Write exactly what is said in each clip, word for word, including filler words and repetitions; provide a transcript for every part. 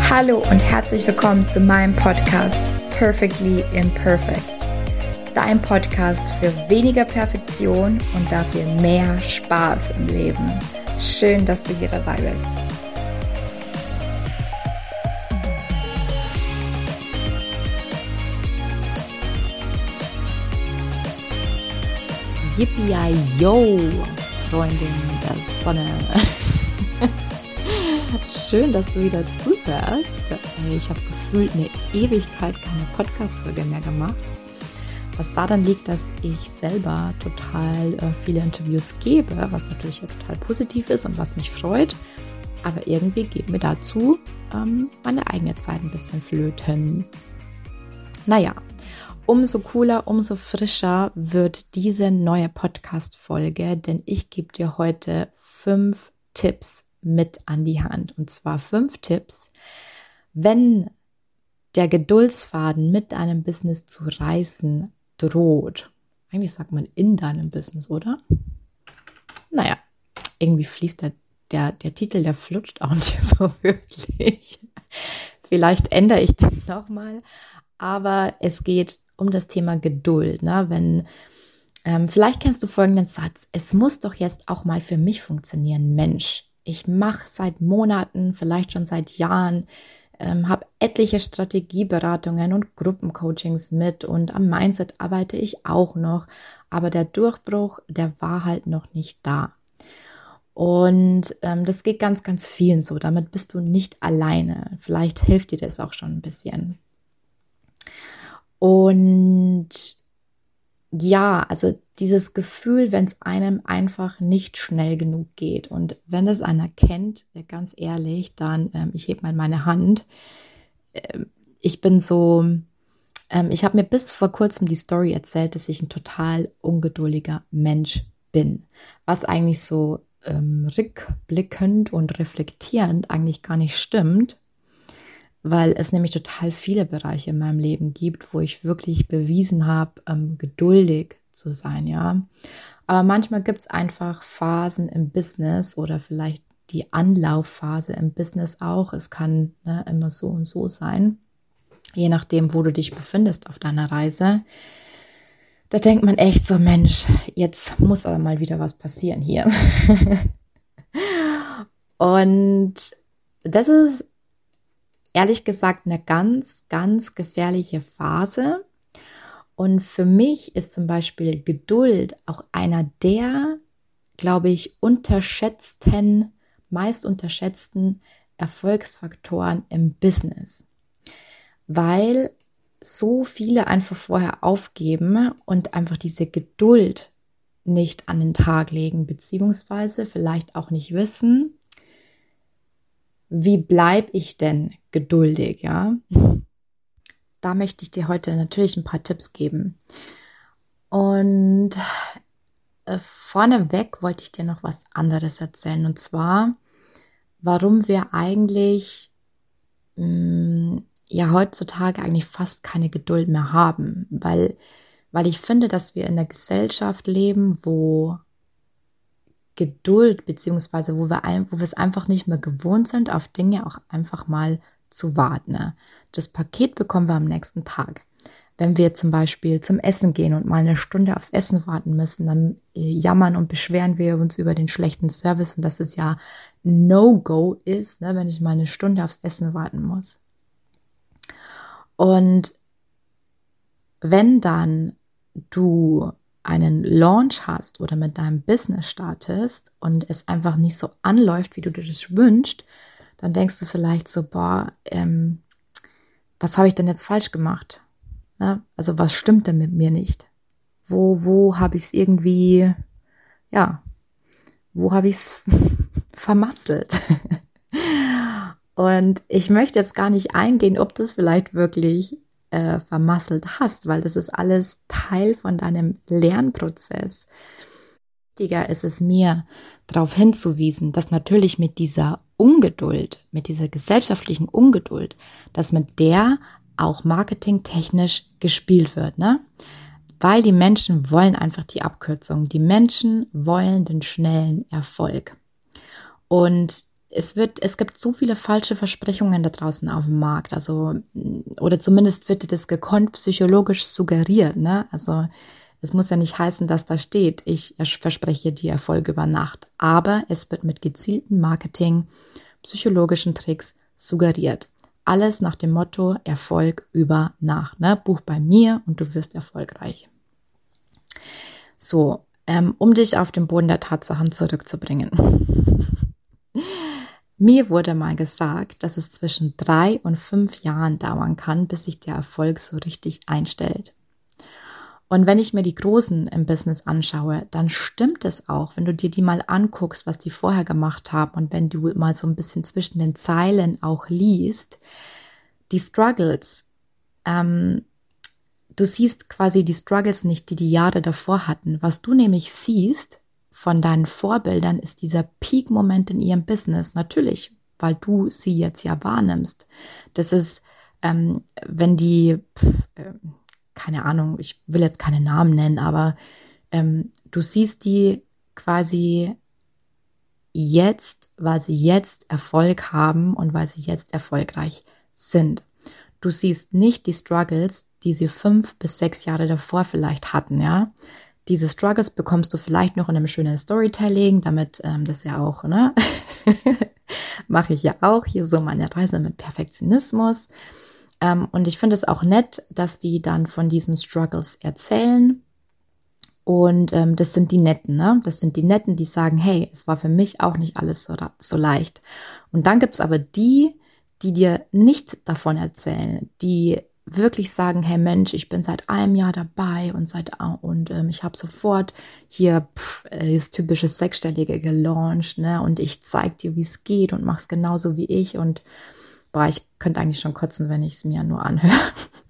Hallo und herzlich willkommen zu meinem Podcast Perfectly Imperfect. Dein Podcast für weniger Perfektion und dafür mehr Spaß im Leben. Schön, dass du hier dabei bist. Yippie-yo, Freundin der Sonne. Schön, dass du wieder zuhörst. Ich habe gefühlt eine Ewigkeit keine Podcast-Folge mehr gemacht. Was daran liegt, dass ich selber total äh, viele Interviews gebe, was natürlich total positiv ist und was mich freut. Aber irgendwie geht mir dazu ähm, meine eigene Zeit ein bisschen flöten. Naja, umso cooler, umso frischer wird diese neue Podcast-Folge, denn ich gebe dir heute fünf Tipps mit an die Hand. Und zwar fünf Tipps, wenn der Geduldsfaden mit deinem Business zu reißen droht. Eigentlich sagt man in deinem Business, oder? Naja, irgendwie fließt der, der, der Titel, der flutscht auch nicht so wirklich. Vielleicht ändere ich den nochmal. Aber es geht um das Thema Geduld. Ne? Wenn, ähm, vielleicht kennst du folgenden Satz: Es muss doch jetzt auch mal für mich funktionieren, Mensch. Ich mache seit Monaten, vielleicht schon seit Jahren, ähm, habe etliche Strategieberatungen und Gruppencoachings mit und am Mindset arbeite ich auch noch, aber der Durchbruch, der war halt noch nicht da. Und ähm, das geht ganz, ganz vielen so. Damit bist du nicht alleine. Vielleicht hilft dir das auch schon ein bisschen. Und ja, also dieses Gefühl, wenn es einem einfach nicht schnell genug geht. Und wenn das einer kennt, ganz ehrlich, dann, ähm, ich hebe mal meine Hand. Ähm, ich bin so, ähm, ich habe mir bis vor kurzem die Story erzählt, dass ich ein total ungeduldiger Mensch bin. Was eigentlich so ähm, rückblickend und reflektierend eigentlich gar nicht stimmt. Weil es nämlich total viele Bereiche in meinem Leben gibt, wo ich wirklich bewiesen habe, ähm, geduldig zu sein, ja. Aber manchmal gibt es einfach Phasen im Business oder vielleicht die Anlaufphase im Business auch. Es kann ne, immer so und so sein, je nachdem, wo du dich befindest auf deiner Reise. Da denkt man echt so, Mensch, jetzt muss aber mal wieder was passieren hier. Und das ist ehrlich gesagt eine ganz, ganz gefährliche Phase. Und für mich ist zum Beispiel Geduld auch einer der, glaube ich, unterschätzten, meist unterschätzten Erfolgsfaktoren im Business. Weil so viele einfach vorher aufgeben und einfach diese Geduld nicht an den Tag legen, beziehungsweise vielleicht auch nicht wissen, wie bleibe ich denn geduldig, ja? Da möchte ich dir heute natürlich ein paar Tipps geben. Und äh, vorneweg wollte ich dir noch was anderes erzählen. Und zwar, warum wir eigentlich mh, ja heutzutage eigentlich fast keine Geduld mehr haben. Weil, weil ich finde, dass wir in einer Gesellschaft leben, wo Geduld, beziehungsweise wo wir, ein, wo wir es einfach nicht mehr gewohnt sind, auf Dinge auch einfach mal zu warten. Ne? Das Paket bekommen wir am nächsten Tag. Wenn wir zum Beispiel zum Essen gehen und mal eine Stunde aufs Essen warten müssen, dann jammern und beschweren wir uns über den schlechten Service und dass es ja No-Go ist, ne, wenn ich mal eine Stunde aufs Essen warten muss. Und wenn dann du einen Launch hast oder mit deinem Business startest und es einfach nicht so anläuft, wie du dir das wünschst, dann denkst du vielleicht so, boah, ähm, was habe ich denn jetzt falsch gemacht? Ja, also was stimmt denn mit mir nicht? Wo, wo habe ich es irgendwie, ja, wo habe ich es vermasselt? Und ich möchte jetzt gar nicht eingehen, ob das vielleicht wirklich Äh, vermasselt hast, weil das ist alles Teil von deinem Lernprozess. Wichtiger ist es mir, darauf hinzuwiesen, dass natürlich mit dieser Ungeduld, mit dieser gesellschaftlichen Ungeduld, dass mit der auch marketingtechnisch gespielt wird, ne? Weil die Menschen wollen einfach die Abkürzung. Die Menschen wollen den schnellen Erfolg. Und es wird, es gibt so viele falsche Versprechungen da draußen auf dem Markt, also, oder zumindest wird dir das gekonnt psychologisch suggeriert, ne? Also, es muss ja nicht heißen, dass da steht, ich verspreche dir Erfolg über Nacht, aber es wird mit gezielten Marketing, psychologischen Tricks suggeriert. Alles nach dem Motto Erfolg über Nacht, ne? Buch bei mir und du wirst erfolgreich. So, ähm, um dich auf den Boden der Tatsachen zurückzubringen. Mir wurde mal gesagt, dass es zwischen drei und fünf Jahren dauern kann, bis sich der Erfolg so richtig einstellt. Und wenn ich mir die Großen im Business anschaue, dann stimmt es auch, wenn du dir die mal anguckst, was die vorher gemacht haben und wenn du mal so ein bisschen zwischen den Zeilen auch liest, die Struggles, ähm, du siehst quasi die Struggles nicht, die die Jahre davor hatten. Was du nämlich siehst von deinen Vorbildern ist dieser Peak-Moment in ihrem Business. Natürlich, weil du sie jetzt ja wahrnimmst. Das ist, ähm, wenn die, pff, äh, keine Ahnung, ich will jetzt keine Namen nennen, aber ähm, du siehst die quasi jetzt, weil sie jetzt Erfolg haben und weil sie jetzt erfolgreich sind. Du siehst nicht die Struggles, die sie fünf bis sechs Jahre davor vielleicht hatten, ja. Diese Struggles bekommst du vielleicht noch in einem schönen Storytelling, damit ähm, das ja auch, ne, mache ich ja auch hier so meine Reise mit Perfektionismus. Ähm, und ich finde es auch nett, dass die dann von diesen Struggles erzählen. Und ähm, das sind die Netten, ne? Das sind die Netten, die sagen, hey, es war für mich auch nicht alles so, so leicht. Und dann gibt es aber die, die dir nicht davon erzählen, die wirklich sagen, hey Mensch, ich bin seit einem Jahr dabei und seit und ähm, ich habe sofort hier pff, das typische Sechsstellige gelauncht, ne? Und ich zeig dir, wie es geht und mach's genauso wie ich. Und boah, ich könnte eigentlich schon kotzen, wenn ich es mir nur anhöre.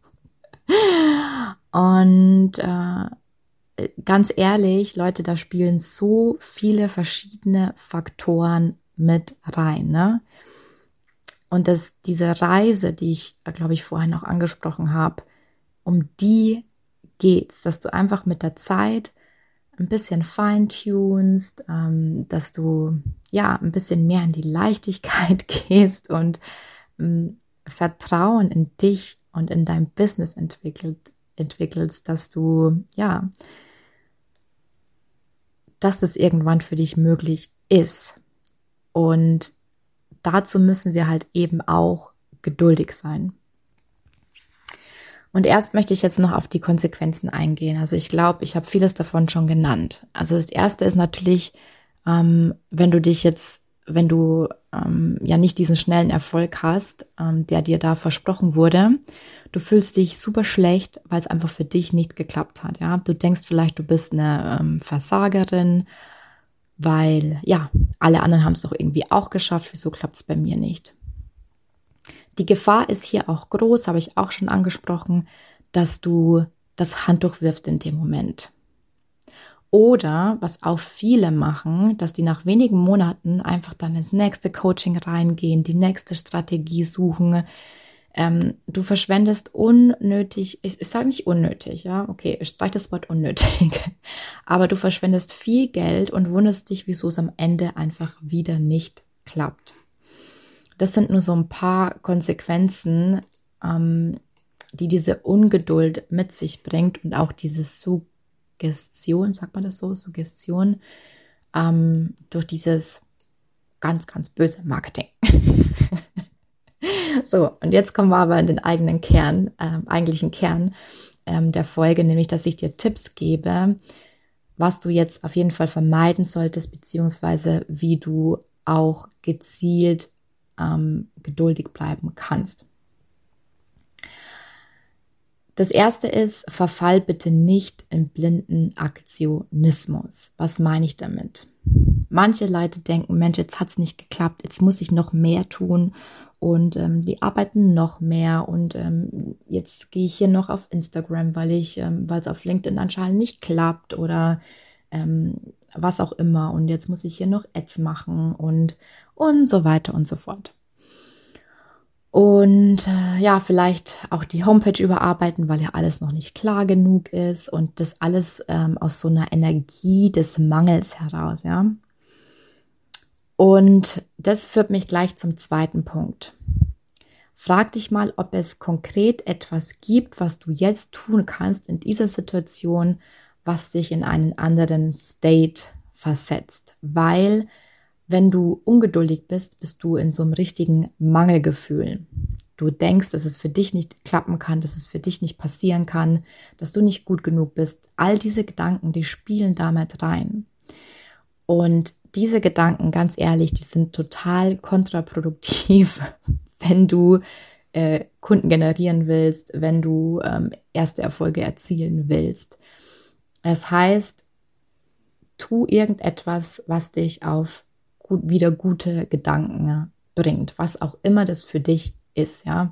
Und äh, ganz ehrlich, Leute, da spielen so viele verschiedene Faktoren mit rein, ne? Und das, diese Reise, die ich, glaube ich, vorhin auch angesprochen habe, um die geht's, dass du einfach mit der Zeit ein bisschen feintunst, ähm, dass du ja ein bisschen mehr in die Leichtigkeit gehst und ähm, Vertrauen in dich und in dein Business entwickelt, entwickelst, dass du, ja, dass das irgendwann für dich möglich ist. Und dazu müssen wir halt eben auch geduldig sein. Und erst möchte ich jetzt noch auf die Konsequenzen eingehen. Also ich glaube, ich habe vieles davon schon genannt. Also das Erste ist natürlich, ähm, wenn du dich jetzt, wenn du ähm, ja nicht diesen schnellen Erfolg hast, ähm, der dir da versprochen wurde, du fühlst dich super schlecht, weil es einfach für dich nicht geklappt hat. Ja, du denkst vielleicht, du bist eine ähm, Versagerin, weil ja, alle anderen haben es doch irgendwie auch geschafft, wieso klappt es bei mir nicht? Die Gefahr ist hier auch groß, habe ich auch schon angesprochen, dass du das Handtuch wirfst in dem Moment. Oder, was auch viele machen, dass die nach wenigen Monaten einfach dann ins nächste Coaching reingehen, die nächste Strategie suchen. Ähm, du verschwendest unnötig, ich, ich sage nicht unnötig, ja, okay, ich streiche das Wort unnötig, aber du verschwendest viel Geld und wunderst dich, wieso es am Ende einfach wieder nicht klappt. Das sind nur so ein paar Konsequenzen, ähm, die diese Ungeduld mit sich bringt und auch diese Suggestion, sagt man das so, Suggestion, ähm, durch dieses ganz, ganz böse Marketing. So, und jetzt kommen wir aber in den eigenen Kern, ähm, eigentlichen Kern ähm, der Folge, nämlich, dass ich dir Tipps gebe, was du jetzt auf jeden Fall vermeiden solltest, beziehungsweise wie du auch gezielt ähm, geduldig bleiben kannst. Das erste ist, verfall bitte nicht in blinden Aktionismus. Was meine ich damit? Manche Leute denken, Mensch, jetzt hat es nicht geklappt, jetzt muss ich noch mehr tun und ähm, die arbeiten noch mehr und ähm, jetzt gehe ich hier noch auf Instagram, weil ich, ähm, weil es auf LinkedIn anscheinend nicht klappt oder ähm, was auch immer und jetzt muss ich hier noch Ads machen und, und so weiter und so fort. Und äh, ja, vielleicht auch die Homepage überarbeiten, weil ja alles noch nicht klar genug ist und das alles ähm, aus so einer Energie des Mangels heraus, ja. Und das führt mich gleich zum zweiten Punkt. Frag dich mal, ob es konkret etwas gibt, was du jetzt tun kannst in dieser Situation, was dich in einen anderen State versetzt. Weil, wenn du ungeduldig bist, bist du in so einem richtigen Mangelgefühl. Du denkst, dass es für dich nicht klappen kann, dass es für dich nicht passieren kann, dass du nicht gut genug bist. All diese Gedanken, die spielen damit rein. Und diese Gedanken, ganz ehrlich, die sind total kontraproduktiv, wenn du äh, Kunden generieren willst, wenn du ähm, erste Erfolge erzielen willst. Das heißt, tu irgendetwas, was dich auf gut, wieder gute Gedanken bringt, was auch immer das für dich ist, ja.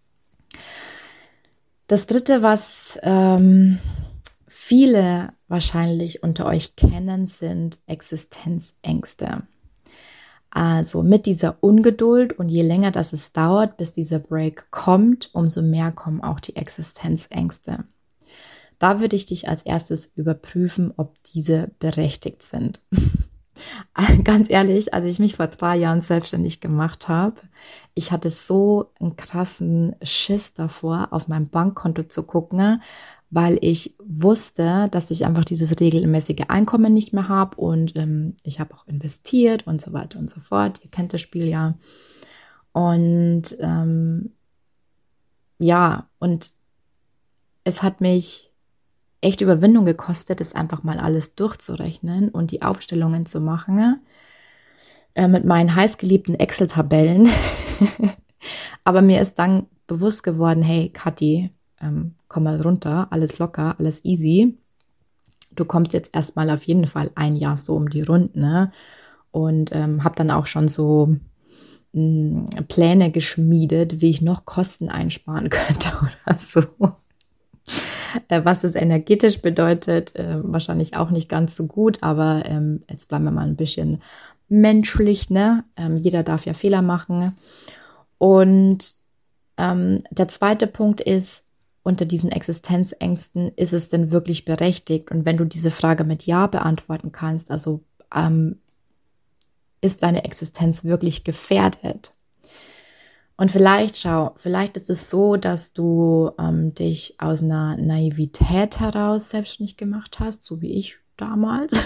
Das Dritte, was ähm, viele wahrscheinlich unter euch kennen, sind Existenzängste. Also mit dieser Ungeduld und je länger das es dauert, bis dieser Break kommt, umso mehr kommen auch die Existenzängste. Da würde ich dich als erstes überprüfen, ob diese berechtigt sind. Ganz ehrlich, als ich mich vor drei Jahren selbstständig gemacht habe, ich hatte so einen krassen Schiss davor, auf mein Bankkonto zu gucken, weil ich wusste, dass ich einfach dieses regelmäßige Einkommen nicht mehr habe und ähm, ich habe auch investiert und so weiter und so fort. Ihr kennt das Spiel ja. Und ähm, ja, und es hat mich echt Überwindung gekostet, es einfach mal alles durchzurechnen und die Aufstellungen zu machen äh, mit meinen heißgeliebten Excel-Tabellen. Aber mir ist dann bewusst geworden, hey Kathi, ähm, komm mal runter, alles locker, alles easy. Du kommst jetzt erstmal auf jeden Fall ein Jahr so um die Runden, ne? Und ähm, habe dann auch schon so mh, Pläne geschmiedet, wie ich noch Kosten einsparen könnte oder so. Äh, was es energetisch bedeutet, äh, wahrscheinlich auch nicht ganz so gut, aber ähm, jetzt bleiben wir mal ein bisschen menschlich, ne? Ähm, jeder darf ja Fehler machen. Und ähm, der zweite Punkt ist, unter diesen Existenzängsten, ist es denn wirklich berechtigt? Und wenn du diese Frage mit Ja beantworten kannst, also ähm, ist deine Existenz wirklich gefährdet? Und vielleicht, schau, vielleicht ist es so, dass du ähm, dich aus einer Naivität heraus selbstständig gemacht hast, so wie ich damals.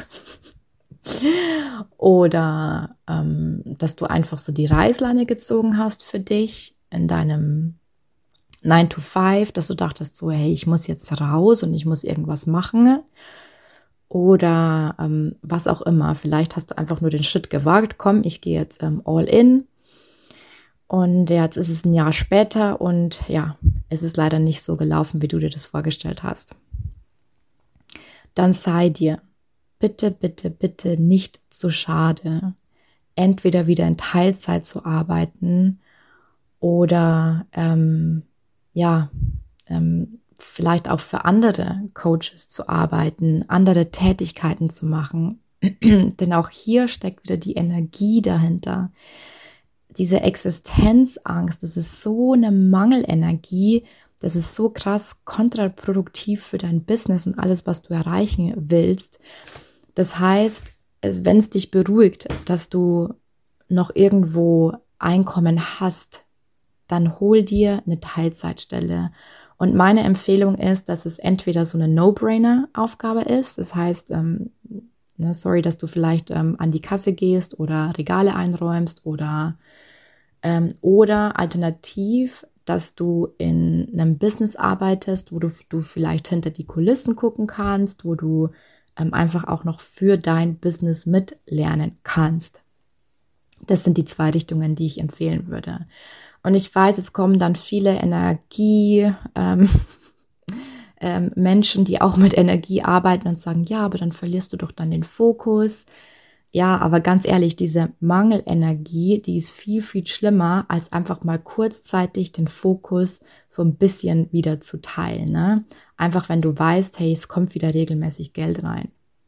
Oder ähm, dass du einfach so die Reißleine gezogen hast für dich in deinem nine to five, dass du dachtest so, hey, ich muss jetzt raus und ich muss irgendwas machen. Oder ähm, was auch immer. Vielleicht hast du einfach nur den Schritt gewagt, komm, ich gehe jetzt ähm, all in. Und jetzt ist es ein Jahr später und ja, es ist leider nicht so gelaufen, wie du dir das vorgestellt hast. Dann sei dir bitte, bitte, bitte nicht zu schade, entweder wieder in Teilzeit zu arbeiten oder ähm, ja, ähm, vielleicht auch für andere Coaches zu arbeiten, andere Tätigkeiten zu machen. Denn auch hier steckt wieder die Energie dahinter. Diese Existenzangst, das ist so eine Mangelenergie, das ist so krass kontraproduktiv für dein Business und alles, was du erreichen willst. Das heißt, wenn es dich beruhigt, dass du noch irgendwo Einkommen hast, dann hol dir eine Teilzeitstelle. Und meine Empfehlung ist, dass es entweder so eine No-Brainer-Aufgabe ist, das heißt, ähm, ne, sorry, dass du vielleicht ähm, an die Kasse gehst oder Regale einräumst oder ähm, oder alternativ, dass du in einem Business arbeitest, wo du, du vielleicht hinter die Kulissen gucken kannst, wo du ähm, einfach auch noch für dein Business mitlernen kannst. Das sind die zwei Richtungen, die ich empfehlen würde. Und ich weiß, es kommen dann viele Energie, ähm, ähm, Menschen, die auch mit Energie arbeiten und sagen, ja, aber dann verlierst du doch dann den Fokus. Ja, aber ganz ehrlich, diese Mangelenergie, die ist viel, viel schlimmer, als einfach mal kurzzeitig den Fokus so ein bisschen wieder zu teilen, ne? Einfach, wenn du weißt, hey, es kommt wieder regelmäßig Geld rein.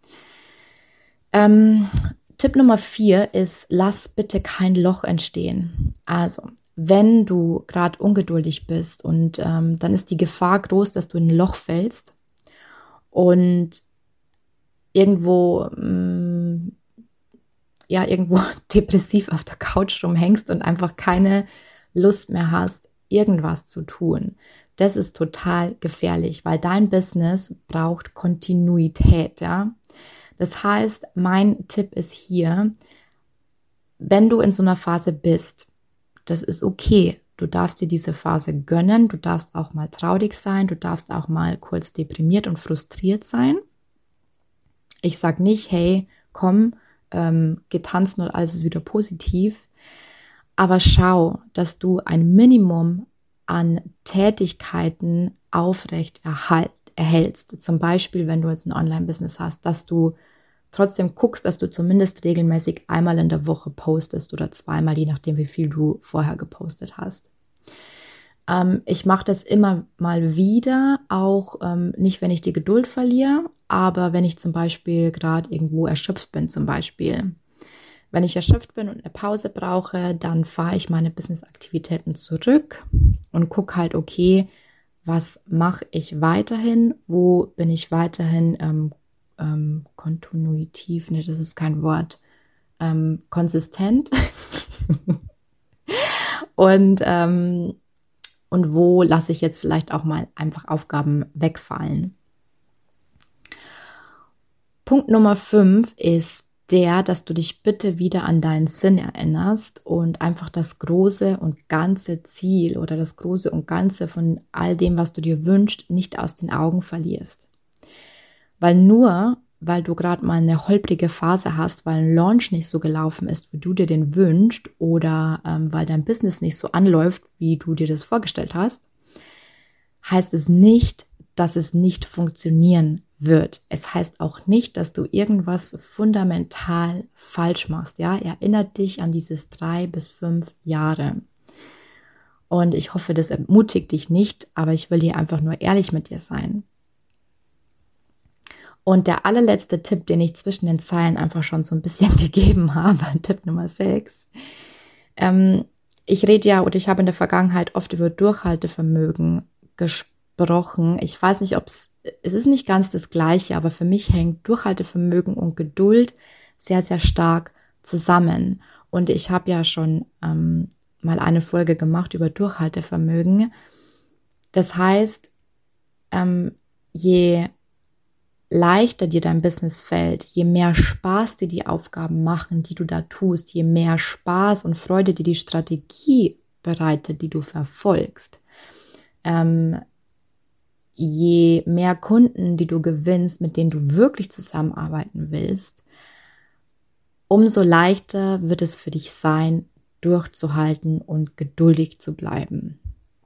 Ähm, Tipp Nummer vier ist, lass bitte kein Loch entstehen. Also, wenn du gerade ungeduldig bist und ähm, dann ist die Gefahr groß, dass du in ein Loch fällst und irgendwo mh, ja irgendwo depressiv auf der Couch rumhängst und einfach keine Lust mehr hast, irgendwas zu tun. Das ist total gefährlich, weil dein Business braucht Kontinuität, ja. Das heißt, mein Tipp ist hier, wenn du in so einer Phase bist, das ist okay. Du darfst dir diese Phase gönnen, du darfst auch mal traurig sein, du darfst auch mal kurz deprimiert und frustriert sein. Ich sage nicht, hey, komm, ähm, geh tanzen und alles ist wieder positiv. Aber schau, dass du ein Minimum an Tätigkeiten aufrecht erhalt, erhältst. Zum Beispiel, wenn du jetzt ein Online-Business hast, dass du trotzdem guckst, dass du zumindest regelmäßig einmal in der Woche postest oder zweimal, je nachdem, wie viel du vorher gepostet hast. Ähm, ich mache das immer mal wieder, auch ähm, nicht, wenn ich die Geduld verliere, aber wenn ich zum Beispiel gerade irgendwo erschöpft bin zum Beispiel. Wenn ich erschöpft bin und eine Pause brauche, dann fahre ich meine Business-Aktivitäten zurück und gucke halt, okay, was mache ich weiterhin, wo bin ich weiterhin ähm, ähm, kontinuitiv, ne, das ist kein Wort, ähm, konsistent und, ähm, und wo lasse ich jetzt vielleicht auch mal einfach Aufgaben wegfallen. Punkt Nummer fünf ist der, dass du dich bitte wieder an deinen Sinn erinnerst und einfach das große und ganze Ziel oder das große und ganze von all dem, was du dir wünschst, nicht aus den Augen verlierst. Weil nur, weil du gerade mal eine holprige Phase hast, weil ein Launch nicht so gelaufen ist, wie du dir den wünschst oder ähm, weil dein Business nicht so anläuft, wie du dir das vorgestellt hast, heißt es nicht, dass es nicht funktionieren wird. Es heißt auch nicht, dass du irgendwas fundamental falsch machst. Ja, erinnert dich an dieses drei bis fünf Jahre. Und ich hoffe, das ermutigt dich nicht, aber ich will hier einfach nur ehrlich mit dir sein. Und der allerletzte Tipp, den ich zwischen den Zeilen einfach schon so ein bisschen gegeben habe, Tipp Nummer sechs. Ähm, ich rede ja oder ich habe in der Vergangenheit oft über Durchhaltevermögen gesprochen. Ich weiß nicht, ob es, es ist nicht ganz das Gleiche, aber für mich hängt Durchhaltevermögen und Geduld sehr, sehr stark zusammen. Und ich habe ja schon ähm, mal eine Folge gemacht über Durchhaltevermögen. Das heißt, ähm, je leichter dir dein Business fällt, je mehr Spaß dir die Aufgaben machen, die du da tust, je mehr Spaß und Freude dir die Strategie bereitet, die du verfolgst, ähm, je mehr Kunden, die du gewinnst, mit denen du wirklich zusammenarbeiten willst, umso leichter wird es für dich sein, durchzuhalten und geduldig zu bleiben.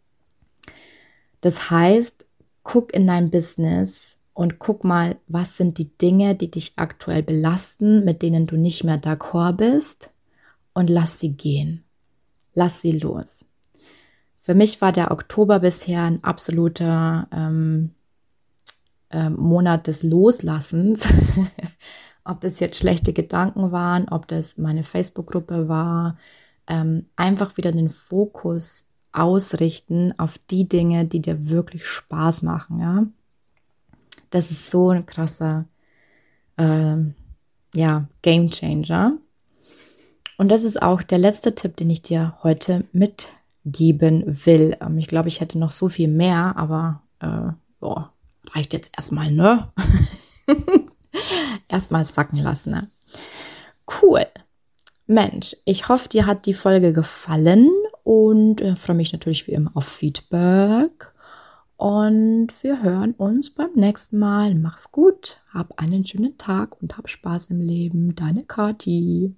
Das heißt, guck in dein Business und guck mal, was sind die Dinge, die dich aktuell belasten, mit denen du nicht mehr d'accord bist, und lass sie gehen. Lass sie los. Für mich war der Oktober bisher ein absoluter ähm, äh, Monat des Loslassens. Ob das jetzt schlechte Gedanken waren, ob das meine Facebook-Gruppe war, ähm, einfach wieder den Fokus ausrichten auf die Dinge, die dir wirklich Spaß machen, ja. Das ist so ein krasser äh, ja, Game Changer. Und das ist auch der letzte Tipp, den ich dir heute mitgeben will. Ähm, ich glaube, ich hätte noch so viel mehr, aber äh, boah, reicht jetzt erstmal, ne? Erstmal sacken lassen, ne? Cool. Mensch, ich hoffe, dir hat die Folge gefallen und äh, freue mich natürlich wie immer auf Feedback. Und wir hören uns beim nächsten Mal. Mach's gut, hab einen schönen Tag und hab Spaß im Leben. Deine Kathi.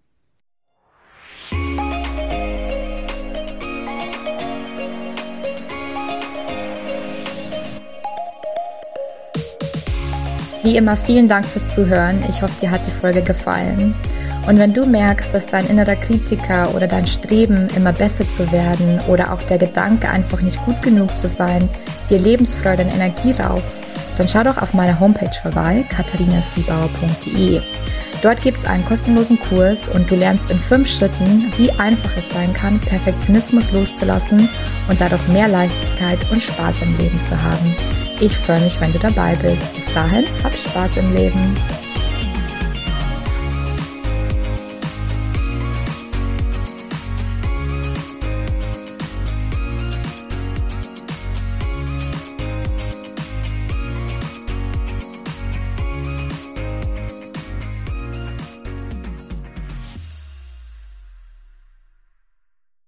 Wie immer, vielen Dank fürs Zuhören. Ich hoffe, dir hat die Folge gefallen. Und wenn du merkst, dass dein innerer Kritiker oder dein Streben, immer besser zu werden oder auch der Gedanke, einfach nicht gut genug zu sein, dir Lebensfreude und Energie raubt, dann schau doch auf meiner Homepage vorbei, katharina siebauer punkt de. Dort gibt es einen kostenlosen Kurs und du lernst in fünf Schritten, wie einfach es sein kann, Perfektionismus loszulassen und dadurch mehr Leichtigkeit und Spaß im Leben zu haben. Ich freue mich, wenn du dabei bist. Bis dahin, hab Spaß im Leben.